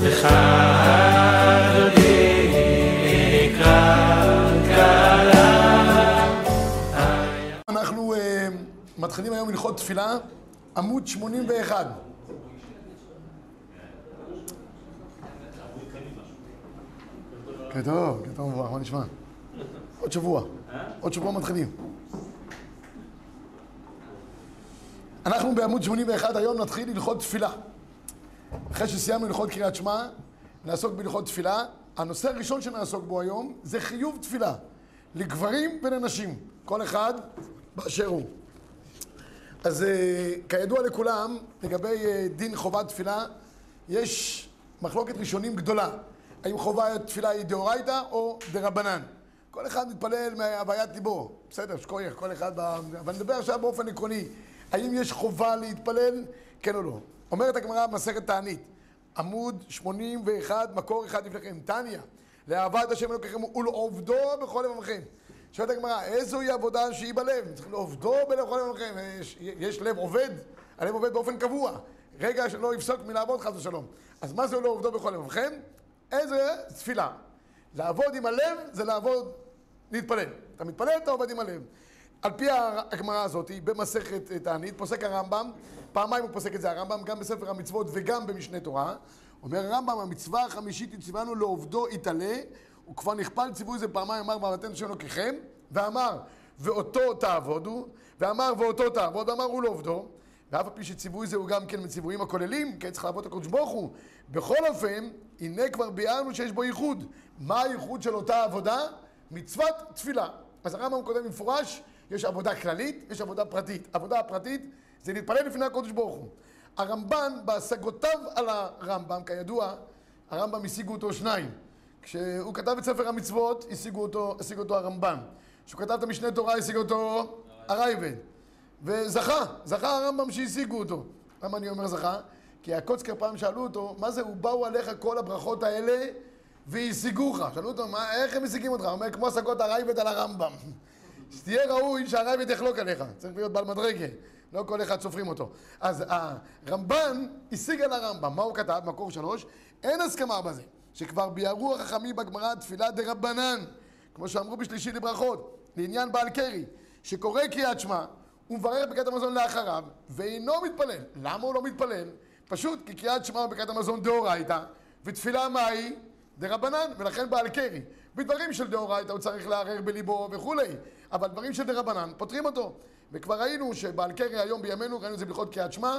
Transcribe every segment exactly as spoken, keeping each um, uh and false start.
לך אדוני אקרא קלה. אנחנו מתחילים היום הלכות תפילה, עמוד שמונים ואחת. כן, טוב, כן, טוב, מה נשמע? עוד שבוע, עוד שבוע מתחילים. אנחנו בעמוד שמונים ואחת, היום נתחיל הלכות תפילה. אחרי שסיימנו הלכות קריאת שמע, נעסוק בהלכות תפילה. הנושא הראשון שנעסוק בו היום זה חיוב תפילה, לגברים ולנשים, כל אחד באשר הוא. אז כידוע לכולם, לגבי דין חובת תפילה, יש מחלוקת ראשונים גדולה. האם חובת תפילה היא דאורייתא או דרבנן? כל אחד מתפלל מהוויית ליבו, בסדר, שכוייך, כל אחד, אבל נדבר עכשיו באופן עקרוני. האם יש חובה להתפלל, כן או לא? אומרת הגמרא במסכת תענית, עמוד שמונים ואחת, מקור אחד לפניכם, תניא, לאהבת השם אלוקיכם ולעובדו בכל לבבכם. שואלת הגמרא, איזוהי עבודה שהיא בלב? צריך לעובדו בכל לבבכם. יש, יש לב עובד, הלב עובד באופן קבוע, רגע שלא יפסוק מלעבוד חס ושלום. אז מה זה לעובדו בכל לבבכם? איזה תפילה. לעבוד עם הלב זה לעבוד, להתפלל. אתה מתפלל, אתה עובד עם הלב. על פי הגמרא הזאת, במסכת תענית, פוסק הרמב"ם, פעמיים הוא פוסק את זה הרמב"ם, גם בספר המצוות וגם במשנה תורה. אומר הרמב"ם, המצווה החמישית הציוונו לעובדו יתעלה, וכבר נכפל ציווי זה פעמיים, אמר ואהבתם השם אלוקיכם, ואמר ואותו תעבודו, ואמר ואותו תעבוד, ואמר הוא לעובדו, ואף על פי שציווי זה הוא גם כן מציוויים הכוללים, כי צריך לעבוד את הקדוש ברוך הוא. בכל אופן, הנה כבר ביארנו שיש בו ייחוד. מה הייחוד של אותה עבודה? מצוות תפילה. אז הרמב"ם קודם מפורש, יש עבודה כללית, יש עבודה פרטית. עבודה הפרטית זה להתפלל לפני הקדוש ברוך הוא. הרמב"ן, בהשגותיו על הרמב"ם, כידוע, הרמב"ם השיגו אותו שניים. כשהוא כתב את ספר המצוות, השיגו אותו, השיג אותו הרמב"ן. כשהוא כתב את המשנה תורה, השיג אותו הרייבד. וזכה, זכה הרמב"ם שהשיגו אותו. למה אני אומר זכה? כי הקוצקר פעם שאלו אותו, מה זה, ובאו עליך כל הברכות האלה והשיגוך. שאלו אותו, מה, איך הם משיגים אותך? הוא אומר, כמו השגות הרייבד על הרמב"ם. שתהיה ראוי שהרייבד יחלוק עליך. צריך להיות בעל מדרגה. לא כל אחד סופרים אותו. אז הרמב"ן השיג על הרמב"ם. מה הוא כתב? מקור שלוש. אין הסכמה בזה. שכבר ביארו החכמים בגמרא תפילה דרבנן. כמו שאמרו בשלישי לברכות. לעניין בעל קרי. שקורא קריאת שמע. הוא מברך ברכת המזון לאחריו. ואינו מתפלל. למה הוא לא מתפלל? פשוט כי קריאת שמע ברכת המזון דאורייתא. ותפילה מה היא? דרבנן. ולכן בעל קרי. בדברים של דאורייתא הוא צריך לערער בליבו וכולי. אבל דברים של דרבנן פותרים אותו. וכבר ראינו שבעל קרי היום בימינו, ראינו את זה בהלכות קריאת שמע,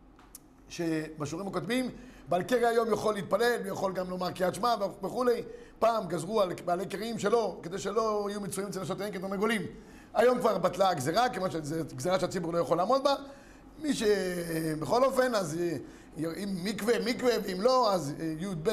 שבשיעורים הקודמים, בעל קרי היום יכול להתפלל, ויכול גם לומר קריאת שמע וכולי. פעם גזרו על בעלי קריים שלו, כדי שלא יהיו מצויים אצל נשותיהם כתרנגולים. היום כבר בטלה הגזרה, כמו שזו גזרה שהציבור לא יכול לעמוד בה. מי שבכל אופן, אז אם מקווה, מקווה, ואם לא, אז י"ב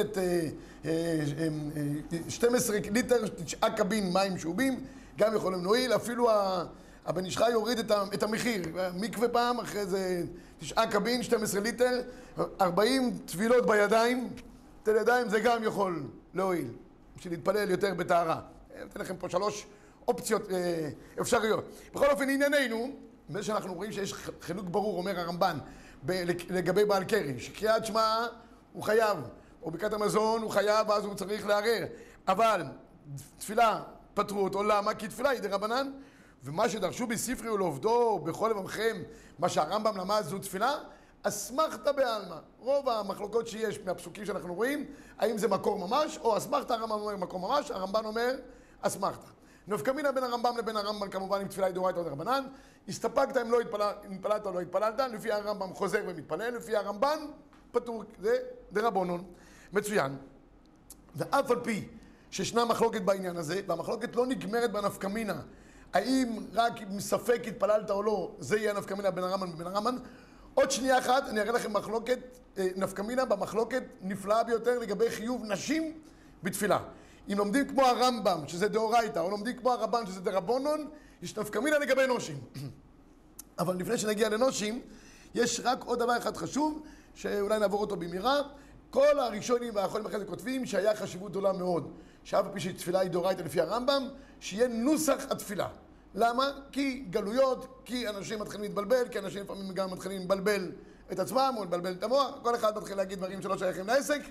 שתים עשרה ליטר, תשעה קבין מים שאובים, גם יכולים להועיל. אפילו הבן איש חי יוריד את המחיר. מקווה פעם, אחרי זה תשעה קבין, שתים עשרה ליטר, ארבעים טבילות בידיים, תל ידיים זה גם יכול להועיל, בשביל להתפלל יותר בטהרה. אתן לכם פה שלוש אופציות אפשריות. בכל אופן, ענייננו, בזה שאנחנו רואים שיש חילוק ברור, אומר הרמב"ן, לגבי בעל קרי, שקריאת שמע הוא חייב, או ברכת המזון הוא חייב, ואז הוא צריך לערער. אבל תפילה פטרו אותו, למה? כי תפילה היא דרבנן, ומה שדרשו בספרי ולעובדו בכל לבבכם, מה שהרמב"ם למד זו תפילה, אסמכתא בעלמא. רוב המחלוקות שיש מהפסוקים שאנחנו רואים, האם זה מקור ממש, או אסמכתא, הרמב"ם אומר מקור ממש, הרמב"ן אומר אסמכתא. נפקא מינה בין הרמב"ם לבין הרמב"ן, כמובן עם תפילה היא דאורייתא או דרבנן. הסתפקת אם לא התפללת או לא התפללת, לפי הרמב"ם חוזר ומתפלל, לפי הרמב"ן פטור, זה דרבנן. מצוין. ואף על פי שישנה מחלוקת בעניין הזה, והמחלוקת לא נגמרת בנפקא מינה, האם רק עם ספק התפללת או לא, זה יהיה נפקא מינה בין הרמב"ם ובין הרמב"ן. עוד שנייה אחת, אני אראה לכם מחלוקת, נפקא מינה במחלוקת נפלאה ביותר לגבי חיוב נשים בתפילה. אם לומדים כמו הרמב"ם, שזה דאורייתא, או לומדים כמו הרמב"ן, שזה דרבנן, יש נפקא מינה לגבי נושים. אבל לפני שנגיע לנושים, יש רק עוד דבר אחד חשוב, שאולי נעבור אותו במהרה. כל הראשונים והאחרונים אחרי זה כותבים שהיה חשיבות גדולה מאוד, שאף על פי שתפילה היא דאורייתא לפי הרמב"ם, שיהיה נוסח התפילה. למה? כי גלויות, כי אנשים מתחילים להתבלבל, כי אנשים לפעמים גם מתחילים לבלבל את עצמם או לבלבל את המוח, כל אחד מתחיל להגיד דברים שלא שייכים לעסק,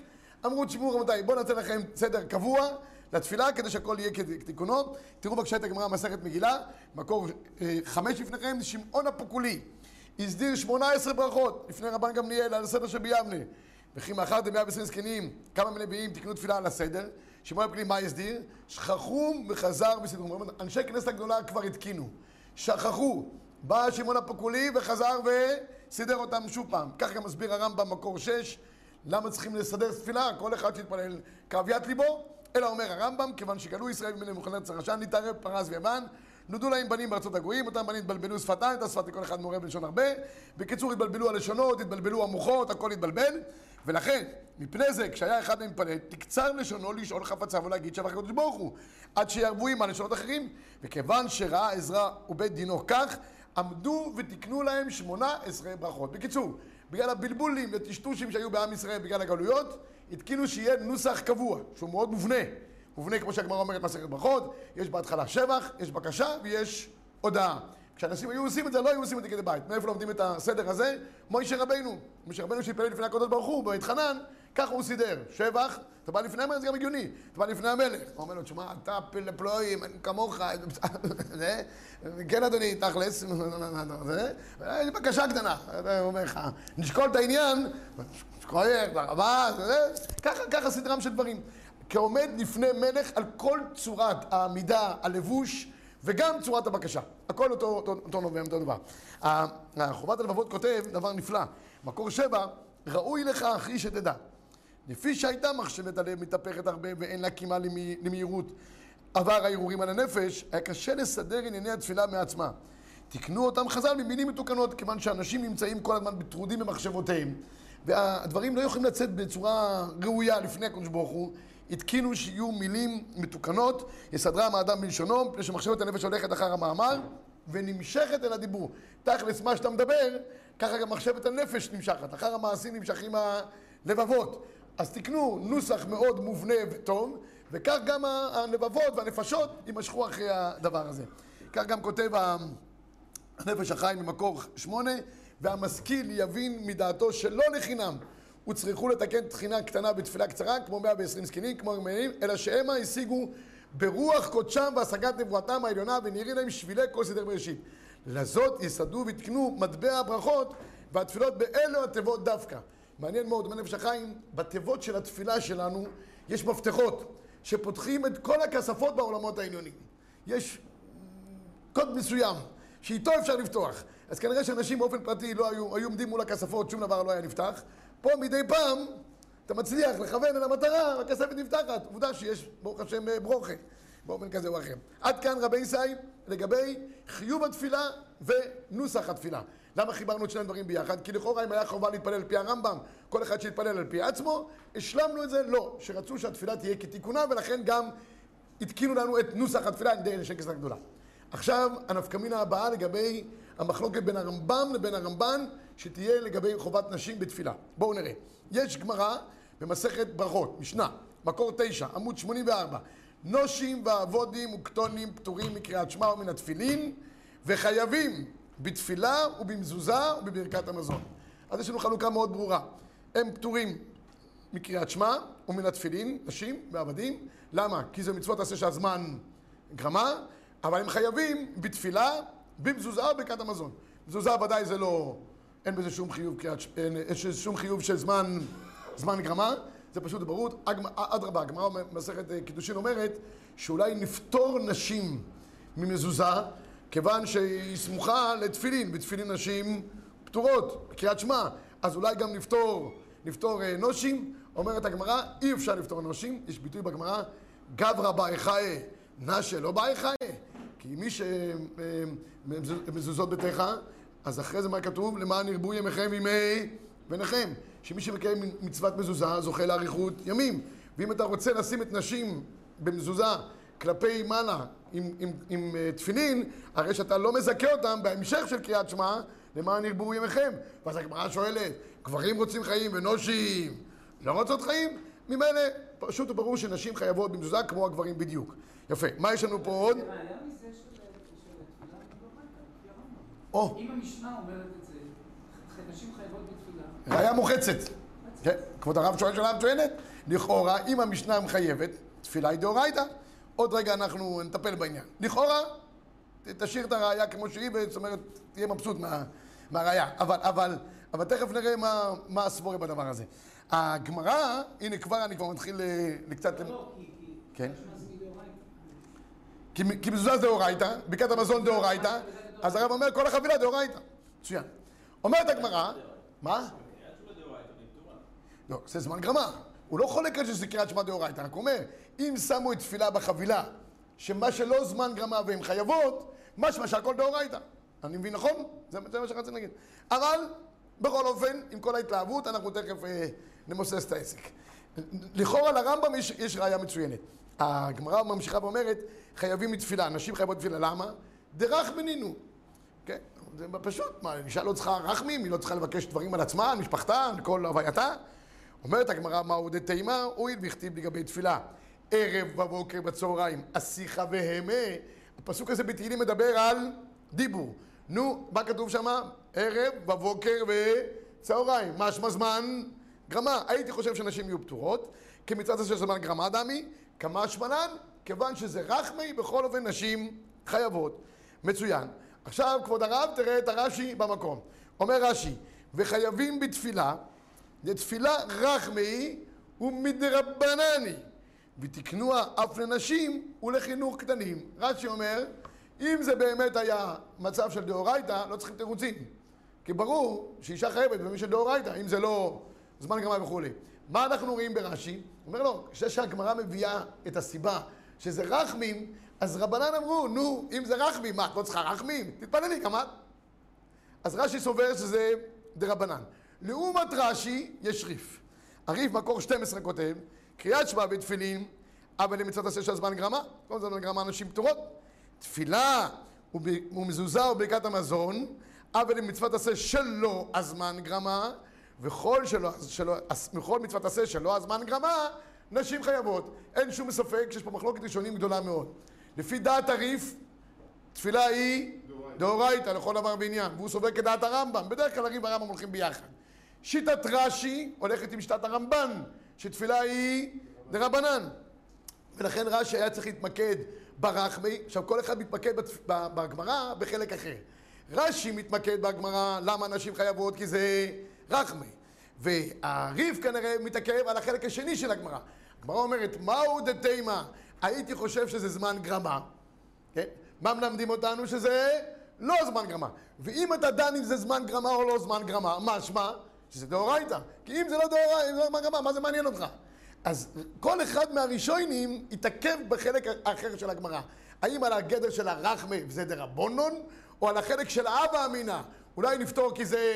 אמרו, תשמעו רבותיי, בואו נעשה לכם סדר קבוע לתפילה, כדי שהכל יהיה כתיקונו. תראו בבקשה את הגמרא מסכת מגילה, מקור אה, חמש לפניכם, שמעון הפוקולי הסדיר שמונה עשרה ברכות לפני רבן גמליאל על הסדר שביבנה. וכי מאחר דמאה ועשרים זקנים, כמה מנביאים תקנו תפילה על הסדר. שמעון הפוקולי מה הסדיר? שכחו וחזר וסידרו. אנשי כנסת הגדולה כבר התקינו, שכחו, בא שמעון הפוקולי וחזר וסידר אותם שוב פעם. כך גם מסביר הרמב"ם מקור שש, למה צריכים לסדר תפילה? כל אחד שיתפלל כאוות ליבו. אלא אומר הרמב"ם, כיוון שגלו ישראל בני נבוכדנצר הרשע, נתערב פרס ויוון, נולדו להם בנים בארצות הגויים, אותם בנים התבלבלו שפתיים, את השפת לכל אחד מעורב בלשון הרבה. בקיצור, התבלבלו הלשונות, התבלבלו המוחות, הכל התבלבל. ולכן, מפני זה, כשהיה אחד מהם מתפלל, תקצר לשונו לשאול חפציו ולהגיד שבח הקדוש ברוך הוא, עד שירבו עמה לשונות אחרים. וכיוון שראה עזרא ובית דינו כך, עמדו ותקנו להם שמונה עשרה ברכות. בקיצור, בגלל הבלבולים וטשטושים שהיו בעם ישראל בגלל הגלויות, התקינו שיהיה נוסח קבוע, שהוא מאוד מובנה. מובנה, כמו שהגמרא אומרת מסכת ברכות, יש בהתחלה שבח, יש בקשה ויש הודעה. כשאנשים היו עושים את זה, לא היו עושים את זה כדי בית. מאיפה לומדים את הסדר הזה? מוישה רבינו. מוישה רבינו שהתפלל לפני הקדוש ברוך הוא, בבית חנן, ככה הוא סידר. שבח, אתה בא לפני המלך, זה גם הגיוני. אתה בא לפני המלך. הוא אומר לו, תשמע, אתה פלפלואים, אני כמוך. כן, אדוני, תכלס. זה בקשה קטנה. הוא אומר לך, נשקול את העניין, שכוייך, ברבה, ככה סדרם של דברים. כעומד לפני מלך על כל צורת העמידה, הלבוש, וגם צורת הבקשה. הכל אותו, אותו, אותו, אותו, אותו דבר. חובת הלבבות כותב דבר נפלא. מקור שבע, ראוי לך אחי שתדע. לפי שהייתה מחשבת הלב מתהפכת הרבה ואין לה קימה למהירות עבר הערעורים על הנפש, היה קשה לסדר ענייני התפילה מעצמה. תקנו אותם חז"ל ממילים מתוקנות, כיוון שאנשים נמצאים כל הזמן בטרודים במחשבותיהם, והדברים לא יכולים לצאת בצורה ראויה לפני הקדוש ברוך הוא. התקינו שיהיו מילים מתוקנות, יסדרם האדם בלשונו, מפני שמחשבת הנפש הולכת אחר המאמר ונמשכת אל הדיבור. תכלס מה שאתה מדבר, ככה גם מחשבת הנפש נמשכת, אחר המעשים נמשכים הלבבות. אז תקנו נוסח מאוד מובנה וטוב, וכך גם הלבבות והנפשות יימשכו אחרי הדבר הזה. כך גם כותב הנפש החי ממקור שמונה, והמשכיל יבין מדעתו שלא לחינם וצריכו לתקן תחינה קטנה בתפילה קצרה, כמו מאה ועשרים זקנים, כמו הרמנים, אלא שהמה השיגו ברוח קודשם והשגת נבואתם העליונה, ונראים להם שבילי כל סדר בראשית. לזאת יסדו ותקנו מטבע הברכות והתפילות באלו התיבות דווקא. מעניין מאוד, בנפש החיים, בתיבות של התפילה שלנו יש מפתחות שפותחים את כל הכספות בעולמות העליונים. יש קוד מסוים שאיתו אפשר לפתוח. אז כנראה שאנשים באופן פרטי לא היו, היו עומדים מול הכספות, שום דבר לא היה נפתח. פה מדי פעם אתה מצליח לכוון אל המטרה, הכספת נפתחת. עובדה שיש, ברוך השם, ברוכה, באופן כזה או אחר. עד כאן רבי ישראל לגבי חיוב התפילה ונוסח התפילה. למה חיברנו את שני דברים ביחד? כי לכאורה אם היה חובה להתפלל על פי הרמב"ם, כל אחד שיתפלל על פי עצמו, השלמנו את זה? לא. שרצו שהתפילה תהיה כתיקונה, ולכן גם התקינו לנו את נוסח התפילה על ידי אנשי כנסת הגדולה. עכשיו הנפקמינה הבאה לגבי המחלוקת בין הרמב"ם לבין הרמב"ן, שתהיה לגבי חובת נשים בתפילה. בואו נראה. יש גמרא במסכת ברכות, משנה, מקור תשע, עמוד שמונים וארבע. נושים ועבודים וקטונים פטורים מקריאת שמע ומן התפילין, וחייבים בתפילה ובמזוזה ובברכת המזון. אז יש לנו חלוקה מאוד ברורה. הם פטורים מקריאת שמע ומן התפילין, נשים ועבדים. למה? כי זה מצוות עשה שהזמן גרמה, אבל הם חייבים בתפילה, במזוזה ובברכת המזון. מזוזה ודאי זה לא, אין בזה שום חיוב, אין, אין שום חיוב של זמן, זמן גרמה, זה פשוט ברור. אדרבה, הגמרא במסכת קידושין אומרת שאולי נפטור נשים ממזוזה, כיוון שהיא סמוכה לתפילין, בתפילין נשים פטורות, בקריאת שמע, אז אולי גם נפטור, נפטור נושים. אומרת הגמרא, אי אפשר לפטור נושים, יש ביטוי בגמרא, גברא באי חיה, נשה לא באי חיה, כי מי שמזוזות ביתך, אז אחרי זה מה כתוב? למען ירבו ימיכם וימי בניכם, שמי שמקיים מצוות מזוזה זוכה לאריכות ימים. ואם אתה רוצה לשים את נשים במזוזה כלפי מעלה עם, עם, עם uh, תפילין, הרי שאתה לא מזכה אותם בהמשך של קריאת שמע, למען ירבו ימיכם. ואז הגמרא שואלת, גברים רוצים חיים ונשים לא רוצות חיים? ממילא פשוט וברור שנשים חייבות במזוזה כמו הגברים בדיוק. יפה, מה יש לנו פה עוד? זה ראיה מזה של התפילה או. אם המשנה אומרת את זה, נשים חייבות בתפילה. ראיה מוחצת. כבוד הרב שואל שאלה מצוינת, לכאורה, אם המשנה מחייבת, תפילה היא דאורייתא. עוד רגע אנחנו נטפל בעניין. לכאורה, תשאיר את הראייה כמו שהיא, זאת אומרת, תהיה מבסוט מה, מהראייה. אבל, אבל, אבל תכף נראה מה, מה הסבורה בדבר הזה. הגמרא, הנה כבר, אני כבר מתחיל לקצת... לא, כי... כן. כי, כי מזוזה זה דאורייתא, ברכת המזון דאורייתא, אז הרב אומר כל החבילה דאורייתא. מצוין. אומרת הגמרא, מה? לא, זה זמן גרמה. הוא לא חולק על שזה קריאת שמע דאורייתא, רק אומר, אם שמו את תפילה בחבילה, שמה שלא זמן גרמה והן חייבות, משמע שהכל דאורייתא. אני מבין נכון? זה, זה מה שרציתי להגיד. אבל, בכל אופן, עם כל ההתלהבות, אנחנו תכף אה, נמוסס את העסק. לכאורה לרמב"ם יש, יש ראיה מצוינת. הגמרא ממשיכה ואומרת, חייבים מתפילה, נשים חייבות תפילה, למה? דרחמנינו. כן? זה פשוט, מה, אישה לא צריכה רחמים, היא לא צריכה לבקש דברים על עצמה, על משפחתה, על כל הווייתה. אומרת הגמרא, מהו דתימה? הואיל והכתיב לגבי תפילה. ערב בבוקר בצהריים, אסיחה והמה. הפסוק הזה בתהילים מדבר על דיבור. נו, מה כתוב שמה? ערב בבוקר וצהריים. משמע זמן גרמה. הייתי חושב שנשים יהיו פטורות, כמצוות עשה של זמן גרמה דמי, כמה שמנן, כיוון שזה רחמי, בכל אופן נשים חייבות. מצוין. עכשיו, כבוד הרב, תראה את הרש"י במקום. אומר רש"י, וחייבים בתפילה, לתפילה רחמי ומדרבנני, ותקנוה אף לנשים ולחינוך קטנים. רש"י אומר, אם זה באמת היה מצב של דאורייתא, לא צריכים תירוצים. כי ברור שאישה חייבת במי של דאורייתא, אם זה לא זמן גרמה וכו'. מה אנחנו רואים ברש"י? אומר לו, כשהגמרא מביאה את הסיבה שזה רחמים, אז רבנן אמרו, נו, אם זה רחמים, מה, את לא צריכה רחמים? תתפללי גם את. אז רש"י סובר שזה דרבנן. לעומת רש"י יש ריף. הריף מקור שתים עשרה כותב, קריאת שמע בתפילין, אבל למצוות עשה של זמן גרמה, כל זמן גרמה אנשים פטורות. תפילה ומזוזה וברכת המזון, אבל למצוות עשה שלא הזמן גרמה, וכל שלא, שלא, מכל מצוות עשה שלא הזמן גרמה, נשים חייבות. אין שום ספק שיש פה מחלוקת ראשונים גדולה מאוד. לפי דעת הריף, תפילה היא דאורייתא לכל דבר ועניין, והוא סובר כדעת הרמב"ם. בדרך כלל הריף והרמב"ם הולכים ביחד. שיטת רש"י הולכת עם שיטת הרמב"ן, שתפילה היא דרבנן. ולכן רש"י היה צריך להתמקד ברחמי. עכשיו כל אחד מתמקד בגמרא בחלק אחר. רש"י מתמקד בגמרא למה נשים חייבות, כי זה רחמי. והריף כנראה מתעכב על החלק השני של הגמרא. הגמרא אומרת, מהו דתימה? הייתי חושב שזה זמן גרמה. כן? מה מלמדים אותנו? שזה לא זמן גרמה. ואם אתה דן אם זה זמן גרמה או לא זמן גרמה, משמע שזה דאורייתא. כי אם זה לא דאורייתא, אם זה לא זמן גרמה, מה זה מעניין אותך? אז כל אחד מהראשונים יתעכב בחלק האחר של הגמרא. האם על הגדר של הרחמי וזה דרבנן, או על החלק של האבא אמינה? אולי נפתור כי זה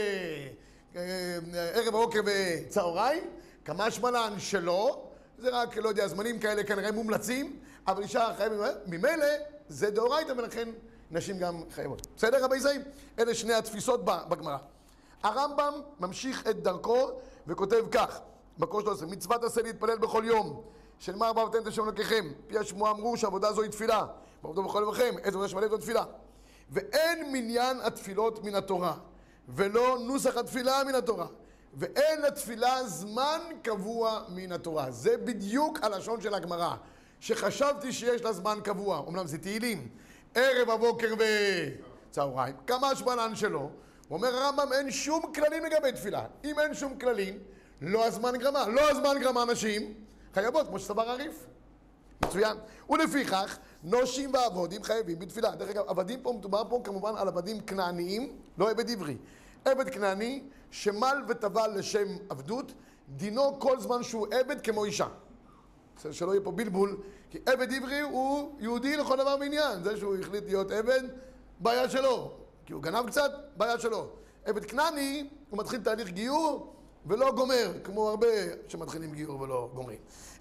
ערב בבוקר וצהריים, כמה שמלן שלא, זה רק, לא יודע, זמנים כאלה כנראה מומלצים, אבל אישה חייבת ממילא, זה דאורייתא ולכן נשים גם חייבות. בסדר רבי זעים? אלה שני התפיסות בגמרא. הרמב"ם ממשיך את דרכו וכותב כך, מקור שלוש עשרה, מצוות עשה להתפלל בכל יום, שנאמר בה ותן את השם אלוקיכם, פי השמועה אמרו שעבודה זו היא תפילה, ועבודו בכל לבכם, עת עבודה שמלא זו תפילה. ואין מניין התפילות מן התורה, ולא נוסח התפילה מן התורה, ואין לתפילה זמן קבוע מן התורה. זה בדיוק הלשון של הגמרא, שחשבתי שיש לה זמן קבוע. אומנם זה תהילים, ערב, הבוקר וצהריים, כמה שמלן שלו. הוא אומר הרמב"ם, אין שום כללים לגבי תפילה. אם אין שום כללים, לא הזמן גרמה. לא הזמן גרמה נשים חייבות, כמו שסבר הריף. מצוין. ולפיכך, נושים ועבודים חייבים בתפילה. דרך אגב, עבדים פה, מדובר פה כמובן על עבדים כנעניים, לא עבד עברי. עבד כנעני שמל וטבל לשם עבדות, דינו כל זמן שהוא עבד כמו אישה. שלא יהיה פה בלבול, כי עבד עברי הוא יהודי לכל דבר בעניין. זה שהוא החליט להיות עבד, בעיה שלו. כי הוא גנב קצת, בעיה שלו. עבד כנעני, הוא מתחיל תהליך גיור ולא גומר, כמו הרבה שמתחילים גיור ולא גומרים.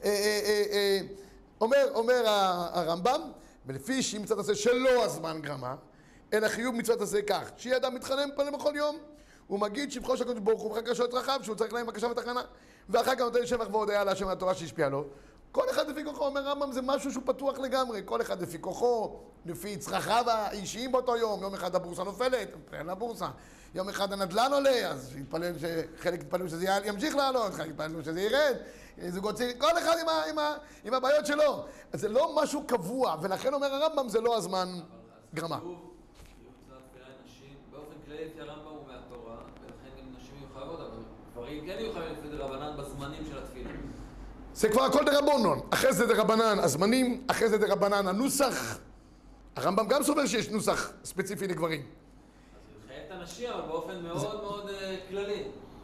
אומר, אומר הרמב"ם, ולפי שהיא מצוות עשה שלא הזמן גרמה, אלא חיוב מצוות עשה כך, שיהיה אדם מתחנן פנה בכל יום, הוא מגיד שבחו של הקדוש ברוך הוא בחקשות רחב, שהוא צריך להם בקשה ותחנה, ואחר כך נותן שבח והודיה להשם התורה שהשפיעה לו. כל אחד לפי כוחו, אומר רמב"ם, זה משהו שהוא פתוח לגמרי, כל אחד לפי כוחו, לפי צרכיו האישיים באותו יום. יום אחד הבורסה נופלת, מתפלל לבורסה. יום אחד הנדל"ן עולה, אז יתפלל שחלק יתפללו שזה ימשיך לעלות, חלק יתפללו שזה ירד. זוגות צעירים, כל אחד עם, ה, עם, ה, עם הבעיות שלו. אז זה לא משהו קבוע, ולכן אומר הרמב"ם, זה לא הזמן גרמה. אבל חיוב צורת תפילה נשים, באופן כללי לפי הרמב"ם הוא מהתורה, ולכן גם נשים יהיו חייבות, אבל גברים כן יהיו חייבים לפי דרבנן בזמנים של התפילה. זה כבר הכל דרבנן. אחרי זה דרבנן הזמנים, אחרי זה דרבנן הנוסח. הרמב"ם גם סובר שיש נוסח ספציפי לגברים. אז הוא חייב את הנשים, אבל באופן מאוד מאוד כללי.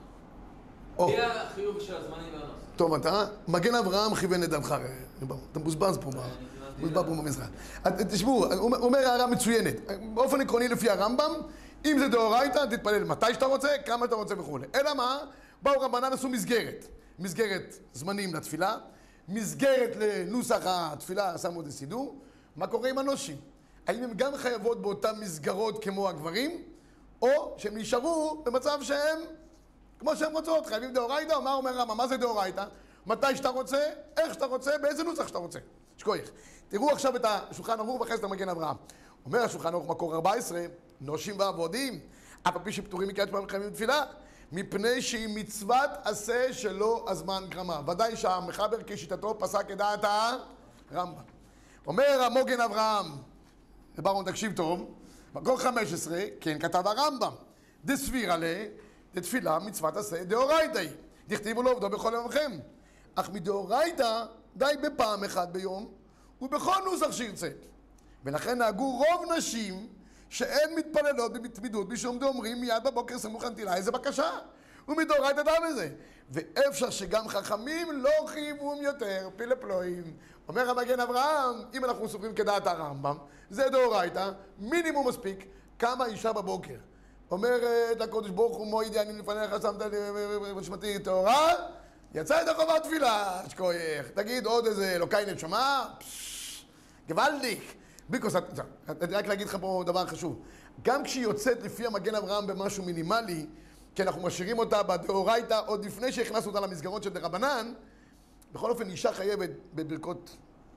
בלי החיוב של הזמנים והנוסח. טוב, אתה מגן אברהם כיוון את דמך. אתה מבוזבז פה, מבוזבז פה במזרח. תשמעו, הוא אומר הערה מצוינת. באופן עקרוני לפי הרמב"ם, אם זה דאורייתא, תתפלל מתי שאתה רוצה, כמה שאתה רוצה וכו'. אלא מה? באו רבנן עשו מסגרת. מסגרת זמנים לתפילה, מסגרת לנוסח התפילה, שמו את הסידור. מה קורה עם הנושים? האם הם גם חייבות באותן מסגרות כמו הגברים, או שהם נשארו במצב שהם כמו שהן רוצות, חייבים דאורייתא? מה אומר רמב"ם? מה זה דאורייתא? מתי שאתה רוצה, איך שאתה רוצה, באיזה נוסח שאתה רוצה. שכוייך. תראו עכשיו את השולחן ערוך ואחרי זה את המגן אברהם. אומר השולחן ערוך מקור ארבע עשרה, נושים ועבודים, אף על פי שפטורים מקריאת שמע וחייבים תפילה, מפני שהיא מצוות עשה שלא הזמן גרמה. ודאי שהמחבר כשיטתו פסק את דעת הרמב"ם. אומר המוגן אברהם, ברון תקשיב טוב, מקור חמש עשרה, כן כתב הרמב"ם, דסבירא ליה, דתפילה מצוות עשה דאורייתא היא. דכתיבו לו עובדו בכל יומכם. אך מדאורייתא די בפעם אחת ביום, ובכל נוסח שירצה. ולכן נהגו רוב נשים שאין מתפללות בתמידות, משום דאומרים מיד בבוקר סמוך לנטילה, איזה בקשה. ומדאורייתא די בזה. ואפשר שגם חכמים לא חייבום יותר, פלפלואים. אומר המגן אברהם, אם אנחנו סופרים כדעת הרמב"ם, זה דאורייתא, מינימום מספיק, כמה אישה בבוקר. אומרת הקודש ברוך הוא מועיד יענים לפניך, שמת נשמתי טהורה, יצא את החובת תפילה, שכוייך. תגיד עוד איזה אלוקי נשמה, פשש, גוואלדיק. ביקוס, רק להגיד לך פה דבר חשוב. גם כשהיא יוצאת לפי המגן אברהם במשהו מינימלי, כי אנחנו משאירים אותה בדאורייתא עוד לפני שהכנסנו אותה למסגרות של דרבנן, בכל אופן אישה חייבת בברכות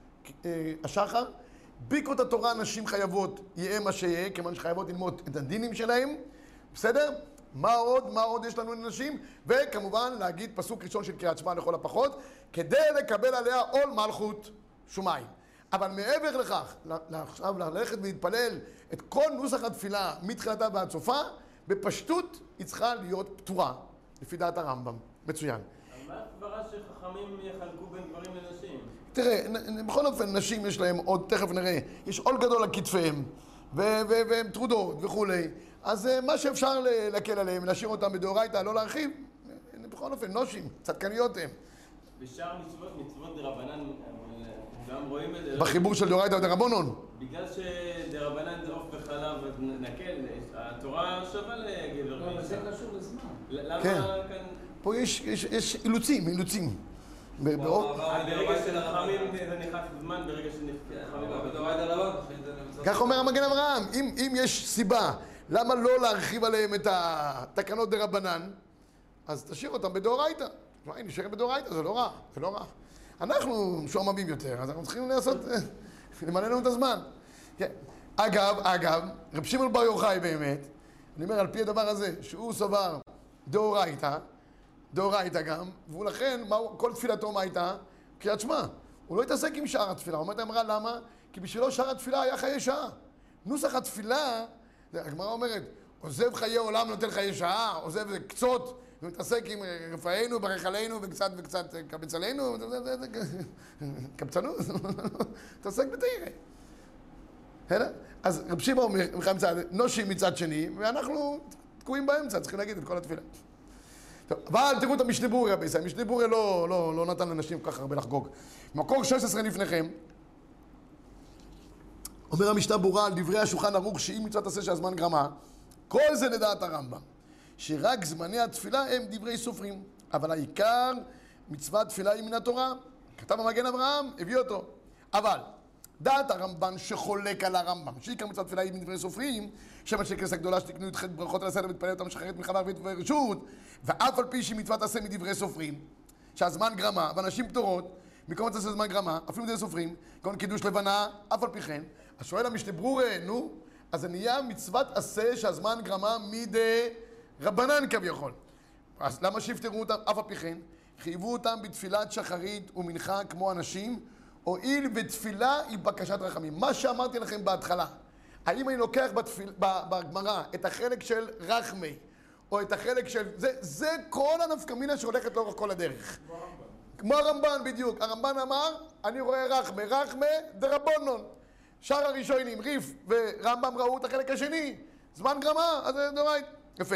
השחר, ברכות התורה נשים חייבות יהיה מה שיהיה, כיוון שחייבות ללמוד את הדינים שלהם, בסדר? מה עוד? מה עוד יש לנו לנשים? וכמובן להגיד פסוק ראשון של קריאת שמע לכל הפחות, כדי לקבל עליה עול מלכות שמיים. אבל מעבר לכך, עכשיו ללכת ולהתפלל את כל נוסח התפילה מתחילתה ועד סופה, בפשטות היא צריכה להיות פתורה, לפי דעת הרמב"ם. מצוין. אבל מה הסברה שחכמים יחלקו בין גברים לנשים? תראה, בכל אופן, נשים יש להם עוד, תכף נראה, יש עול גדול על כתפיהם, והן טרודות וכולי, אז מה שאפשר להקל עליהם, להשאיר אותם בדאורייתא, לא להרחיב, בכל אופן, נושים, צדקניות הם. בשאר מצוות, מצוות דרבנן, גם רואים את זה. בחיבור של דאורייתא ודרבנן. בגלל שדרבנן זה עוף וחלב נקל, התורה שווה לגבר. לא, אבל זה קשור לזמן. למה כאן... פה יש אילוצים, אילוצים. ברגע שחכמים זה נכנס זמן, ברגע שחכמים... כך אומר המגן אברהם, אם יש סיבה למה לא להרחיב עליהם את התקנות דרבנן, אז תשאיר אותם בדאורייתא. היא נשארת בדאורייתא, זה לא רע, זה לא רע. אנחנו שועממים יותר, אז אנחנו צריכים לעשות, למלא לנו את הזמן. אגב, אגב, רב שמעון בר יוחאי באמת, אני אומר על פי הדבר הזה, שהוא סבר דאורייתא, דאורייתא גם, ולכן כל תפילתו מה הייתה? קריאת שמע. הוא לא התעסק עם שאר התפילה, הוא אומר את האמרה למה? כי בשבילו שאר התפילה היה חיי שעה. נוסח התפילה, הגמרא אומרת, עוזב חיי עולם נותן חיי שעה, עוזב זה קצות, ומתעסק עם רפאינו, ברכלינו, וקצת וקצת קבץ עלינו, קבצנות, מתעסק בתאירה. אז רב שמעון אומר, נושים מצד שני, ואנחנו תקועים באמצע, צריכים להגיד את כל התפילה. טוב, אבל תראו את המשנה ברורה בישראל, המשנה ברורה לא, לא, לא נתן לאנשים כל כך הרבה לחגוג. מקור שש עשרה לפניכם, אומר המשנה ברורה על דברי השולחן ערוך שאם מצוות עשה שהזמן גרמה, כל זה לדעת הרמב"ם, שרק זמני התפילה הם דברי סופרים, אבל העיקר מצוות תפילה היא מן התורה. כתב המגן אברהם, הביא אותו. אבל דעת הרמב"ן שחולק על הרמב"ם, שעיקר מצוות תפילה היא מדברי סופרים, שם אנשי כנסת הגדולה שתקנו י"ח ברכות על הסדר מתפלל אותם משחררת מחלה ערבית ורשות, ואף על פי שהיא מצוות עשה מדברי סופרים, שהזמן גרמה, ואנשים פטורות, מקום מצוות זמן גרמה, אפילו מדברי סופרים, כגון קידוש לבנה, אף על פי כן, אז שואל המשנה ברורה, נו, אז זה נהיה מצוות עשה שהזמן גרמה מדי רבנן כביכול. אז למה שיפטרו אותם אף על פי כן? חייבו אותם בתפילת שחרית ומנחה כמו אנשים, הואיל ותפילה היא בקשת רחמים. מה שאמרתי לכם בהתחלה, האם אני לוקח בתפיל, בגמרא את החלק של רחמי, או את החלק של... זה, זה כל הנפקמינה שהולכת לאורך כל הדרך. כמו הרמב"ן בדיוק. הרמב"ן אמר, אני רואה רחמי, רחמי דרבונון. שאר הראשונים, ריף ורמב"ם ראו את החלק השני. זמן גרמה, אז זה נורא... יפה.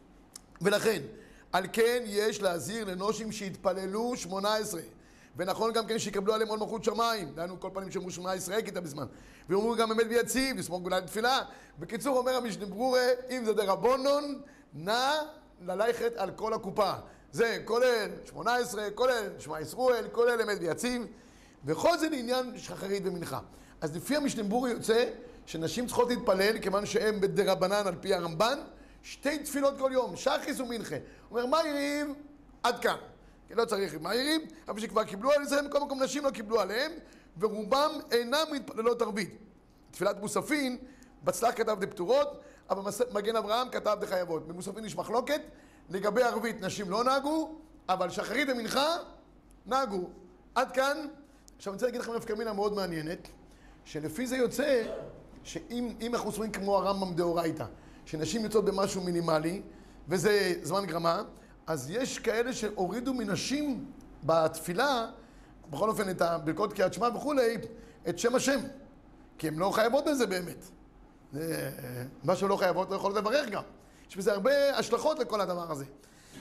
ולכן, על כן יש להזהיר לנושים שהתפללו שמונה עשרה. ונכון גם כן שיקבלו עליהם עול מלכות שמיים. דהיינו כל פעמים שאמרו שמונה עשרה כיתה בזמן. ואומרו גם אמת ויציב, לסמוך גאולה לתפילה. בקיצור אומר המשנה ברורה, אם זה דרבונון, נא ללכת על כל הקופה. זה כולל שמונה עשרה, כולל שמע ישראל, כולל אמת ויציב. וכל זה לעניין שחרית ומנחה. אז לפי המשנה ברורה יוצא שנשים צריכות להתפלל, כיוון שהן בדרבנן על פי הרמב"ן, שתי תפילות כל יום, שחיס ומנחה. אומר, מה יריב? עד כאן. כי לא צריך מה יריב, אבל שכבר קיבלו על זה, מכל מקום נשים לא קיבלו עליהם, ורובם אינם מתפללות ערבית. תפילת מוספין, בצלח כתב דפטורות, אבל מגן אברהם כתב דחייבות. במוספין יש מחלוקת, לגבי ערבית נשים לא נהגו, אבל שחרית ומנחה נהגו. עד כאן, עכשיו אני רוצה להגיד לכם נפקא מינה מאוד מעניינת, שלפי זה יוצא, שאם אנחנו סוברים כמו הרמב"ם דאורייתא, שנשים יוצאות במשהו מינימלי, וזה זמן גרמה, אז יש כאלה שהורידו מנשים בתפילה, בכל אופן את הברכות קריאת שמע וכולי, את שם השם. כי הן לא חייבות בזה באמת. זה, מה שלא חייבות לא יכולות לברך גם. יש בזה הרבה השלכות לכל הדבר הזה.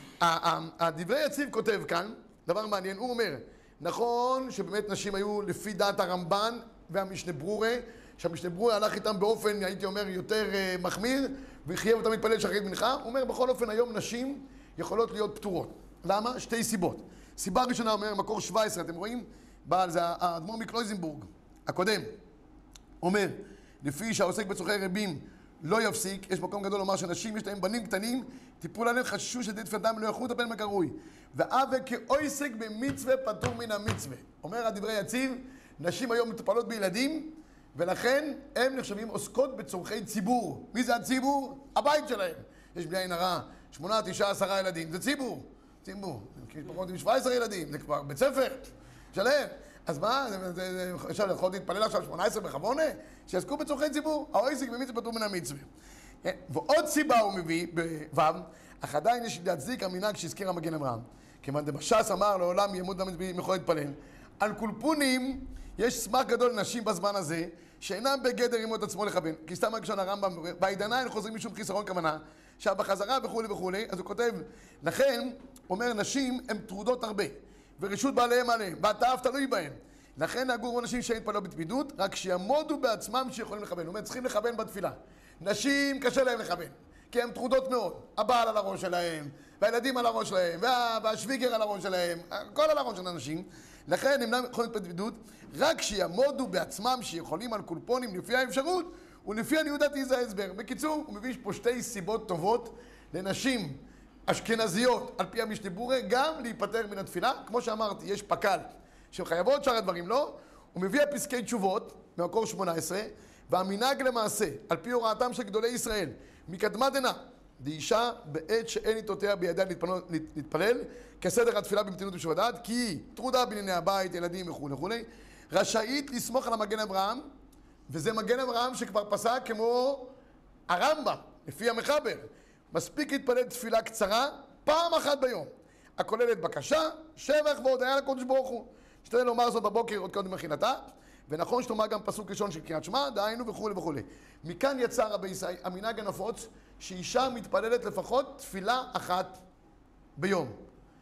הדברי יציב כותב כאן, דבר מעניין, הוא אומר, נכון שבאמת נשים היו לפי דעת הרמב"ן והמשנה ברורה, שהמשנה ברורה הלך איתם באופן, הייתי אומר, יותר uh, מחמיר, וחייב אותם להתפלל שחרית מנחה. הוא אומר, בכל אופן, היום נשים יכולות להיות פטורות. למה? שתי סיבות. סיבה ראשונה, אומר, מקור שבע עשרה, אתם רואים? בעל זה האדמו"ר מקלויזנבורג, הקודם, אומר, לפי שהעוסק בצורכי רבים לא יפסיק, יש מקום גדול לומר שנשים יש להם בנים קטנים, טיפול עליהם חששו שדי תפילתם לא יכלו לטפל בקרוי. ואווה כעוסק במצווה פטור מן המצווה. אומר הדברי יציב, נשים היום מטופלות בילדים, ולכן הם נחשבים עוסקות בצורכי ציבור. מי זה הציבור? הבית שלהם. יש בלי עין הרע, שמונה, תשעה, עשרה ילדים. זה ציבור. ציבור. משפחות עם שבע עשרה ילדים. זה כבר בית ספר. שלם. אז מה? אפשר יכול להתפלל עכשיו שמונה עשרה בחבונה? שיעסקו בצורכי ציבור. העוסק במצווה פטור מן המצווה. ועוד סיבה הוא מביא, בו', אך עדיין יש להצדיק המנהג שהזכיר המגן אברהם. כיוון דבש"ס אמר לעולם ימות דם יכול להתפלל. על קולפונים יש סמך גדול לנשים בזמן הזה, שאינם בגדר רימות עצמו לכוון. כי סתם ראשון הרמב"ם, בעידניים חוזרים משום חיסרון כוונה, שבחזרה וכו' וכו', אז הוא כותב, לכן, אומר, נשים הן טרודות הרבה, ורשות בעליהם עליהם, והתאף תלוי בהם. לכן נהגו נשים שאין התפללו בתמידות, רק שיעמודו בעצמם שיכולים לכוון. הוא אומר, צריכים לכוון בתפילה. נשים קשה להם לכוון, כי הן טרודות מאוד. הבעל על הראש שלהם, והילדים על הראש שלהם, וה... והשוויגר על הראש שלהם, הכל על הראש של האנשים. לכן הם לא יכולים בתמידות, רק שיעמודו בעצמם שיכולים על קולפונים לפי האפשרות, ולפי עניות דעתי זה ההסבר. בקיצור, הוא מביא פה שתי סיבות טובות לנשים אשכנזיות, על פי המשנה ברורה, גם להיפטר מן התפילה. כמו שאמרתי, יש פקל שחייבות, שאר הדברים לא. הוא מביא פסקי תשובות, ממקור שמונה עשרה, והמנהג למעשה, על פי הוראתם של גדולי ישראל, מקדמת דנא, דאישה בעת שאין איתותיה בידיה להתפלל, כסדר התפילה במתינות ובשובע דעת, כי היא טרודה בענייני הבית, ילדים וכו' וכו', רשאית לסמוך על המגן אברהם, וזה מגן אברהם שכבר פסק כמו הרמב"ם, לפי המחבר. מספיק להתפלל תפילה קצרה, פעם אחת ביום, הכוללת בקשה, שבח והודיה לקדוש ברוך הוא. שתדע לומר זאת בבוקר עוד קודם מחינתה, ונכון שתאמר גם פסוק ראשון של קריאת שמע, דהיינו וכו' וכו'. מכאן יצא רבי ישראל, המנהג הנפוץ, שאישה מתפללת לפחות תפילה אחת ביום.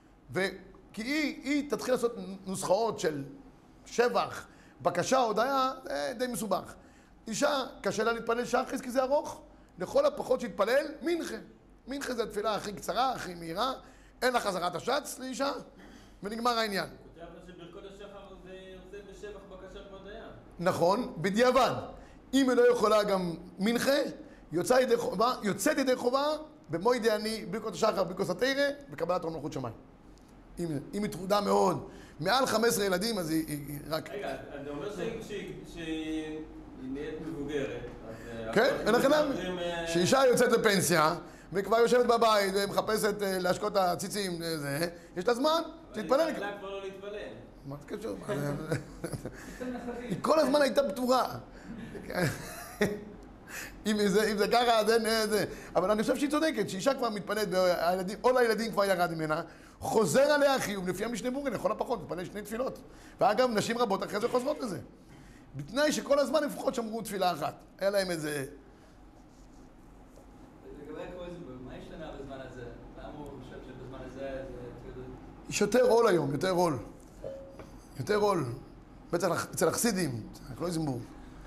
וכי היא, היא תתחיל לעשות נוסחאות של שבח, בקשה, הודיה, זה די מסובך. אישה, קשה לה להתפלל שחריס כי זה ארוך, לכל הפחות שהתפלל, מנחה. מנחה זה התפילה הכי קצרה, הכי מהירה, אין לה חזרת השץ לאישה, ונגמר העניין. כותב שברכות השחר זה יוצא בשבח בקשה והודיה. נכון, בדיעבד. אם היא לא יכולה גם מנחה, יוצאת ידי חובה, יוצאת ידי חובה, במוי דעני, ברכות השחר, ברכות התורה, בקבלת עול מלכות שמיים. אם, אם היא טרודה מאוד, מעל חמישה עשר ילדים, אז היא, היא רק... רגע, אתה אומר שהיא נהיית מבוגרת. כן, ולכן שאישה יוצאת לפנסיה, וכבר יושבת בבית ומחפשת להשקות את הציצים, יש לה זמן, תתפלל. היא כבר לא להתפלל. מה זה קשור? היא כל הזמן הייתה פתורה. אם זה ככה, אז אין זה. אבל אני חושב שהיא צודקת, שאישה כבר מתפלאת, או לילדים כבר ירד ממנה, חוזר עליה החיוב, לפי המשנה ברורה, לכל הפחות, מתפלל שני תפילות. ואגב, נשים רבות אחרי זה חוזרות לזה. בתנאי שכל הזמן לפחות שמרו תפילה אחת. היה להם איזה... לגבי הקרויזנבורג, מה השתנה בזמן הזה? למה הוא חושב שבזמן הזה זה... יש יותר עול היום, יותר עול. יותר עול. אצל החסידים, הקרויזנבורג.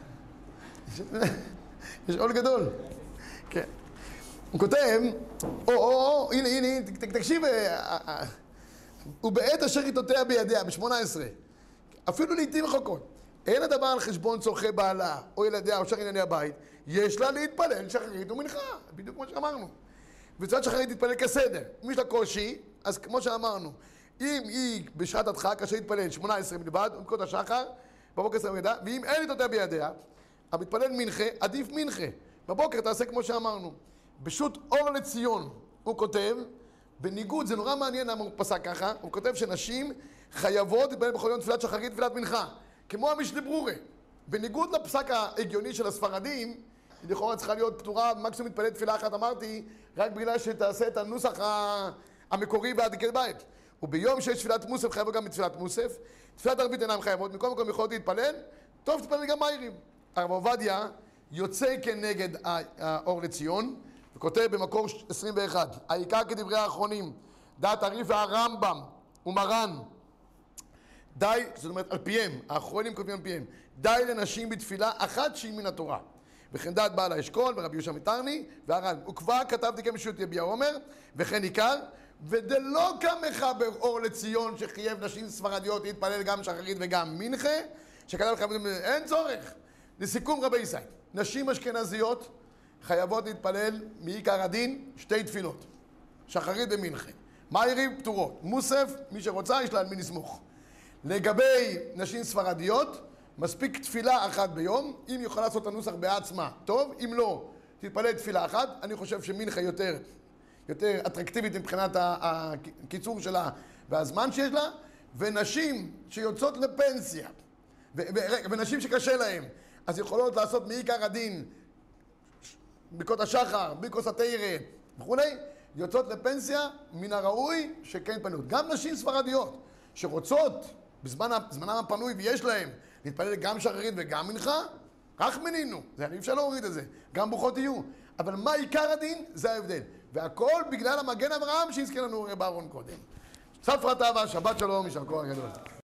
יש עול גדול. כן. הוא כותב, או, או, או, הנה, הנה, תקשיב, ובעת אשר עיתותיה בידיה, ב-שמונה עשרה, אפילו לעתים רחוקות, אין הדבר על חשבון צורכי בעלה, או ילדיה, או שאר ענייני הבית, יש לה להתפלל שחרית ומנחה, בדיוק כמו שאמרנו. וצריך שחרית להתפלל כסדר. אם יש לה קושי, אז כמו שאמרנו, אם היא בשעת הדחק, אשר להתפלל שמונה עשרה בלבד, ומקות השחר, בבוקר עשרה בידיה, ואם אין עיתותיה בידיה, המתפלל מנחה, עדיף מנחה. בבוקר תעשה כמו שאמרנו. בשו"ת אור לציון, הוא כותב, בניגוד, זה נורא מעניין למה הוא פסק ככה, הוא כותב שנשים חייבות להתפלל בכל יום תפילת שחרית ותפילת מנחה, כמו המשנה ברורה. בניגוד לפסק ההגיוני של הספרדים, היא לכאורה צריכה להיות פטורה, מקסימום מתפלל תפילה אחת, אמרתי, רק בגלל שתעשה את הנוסח המקורי והדקת בית. וביום שיש תפילת מוסף חייבות גם בתפילת מוסף, תפילת ערבית אינם חייבות, מכל מקום יכולות להתפלל, טוב תתפלל גם מהירים. הרב עובדיה יוצא כנגד האור לציון, וכותב במקור עשרים ואחת, העיקר כדברי האחרונים, דעת הרי"ף והרמב"ם ומרן, די, זאת אומרת על פיהם, האחרונים כותבים על פיהם, די לנשים בתפילה אחת שהיא מן התורה. וכן דעת בעל האשכול ורבי יהושע מטרני והר"ן. וכבר כתבתי כמשו"ת יביע אומר, וכן עיקר, ודלא כמחבר אור לציון שחייב נשים ספרדיות להתפלל גם שחרית וגם מנחה, שכתב לכם, אין צורך. לסיכום רבי ישראל, נשים אשכנזיות חייבות להתפלל מעיקר הדין שתי תפילות, שחרית ומנחה. מהירים פטורות, מוסף, מי שרוצה יש לה על מי לסמוך. לגבי נשים ספרדיות, מספיק תפילה אחת ביום, אם יכולה לעשות את הנוסח בעצמה, טוב, אם לא, תתפלל תפילה אחת, אני חושב שמנחה יותר, יותר אטרקטיבית מבחינת הקיצור שלה והזמן שיש לה, ונשים שיוצאות לפנסיה, ו- ו- ונשים שקשה להם, אז יכולות לעשות מעיקר הדין, ברכות השחר, ברכות התורה וכולי, יוצאות לפנסיה, מן הראוי שכן פנות. גם נשים ספרדיות שרוצות בזמן, בזמנם הפנוי ויש להם להתפלל גם שחרית וגם מנחה, כך מנינו, זה אי אפשר להוריד את זה, גם ברוכות יהיו. אבל מה עיקר הדין? זה ההבדל. והכל בגלל המגן אברהם שהזכיר לנו רב אהרון קודם. ספרא טבא, שבת שלום, יישר כוח גדול.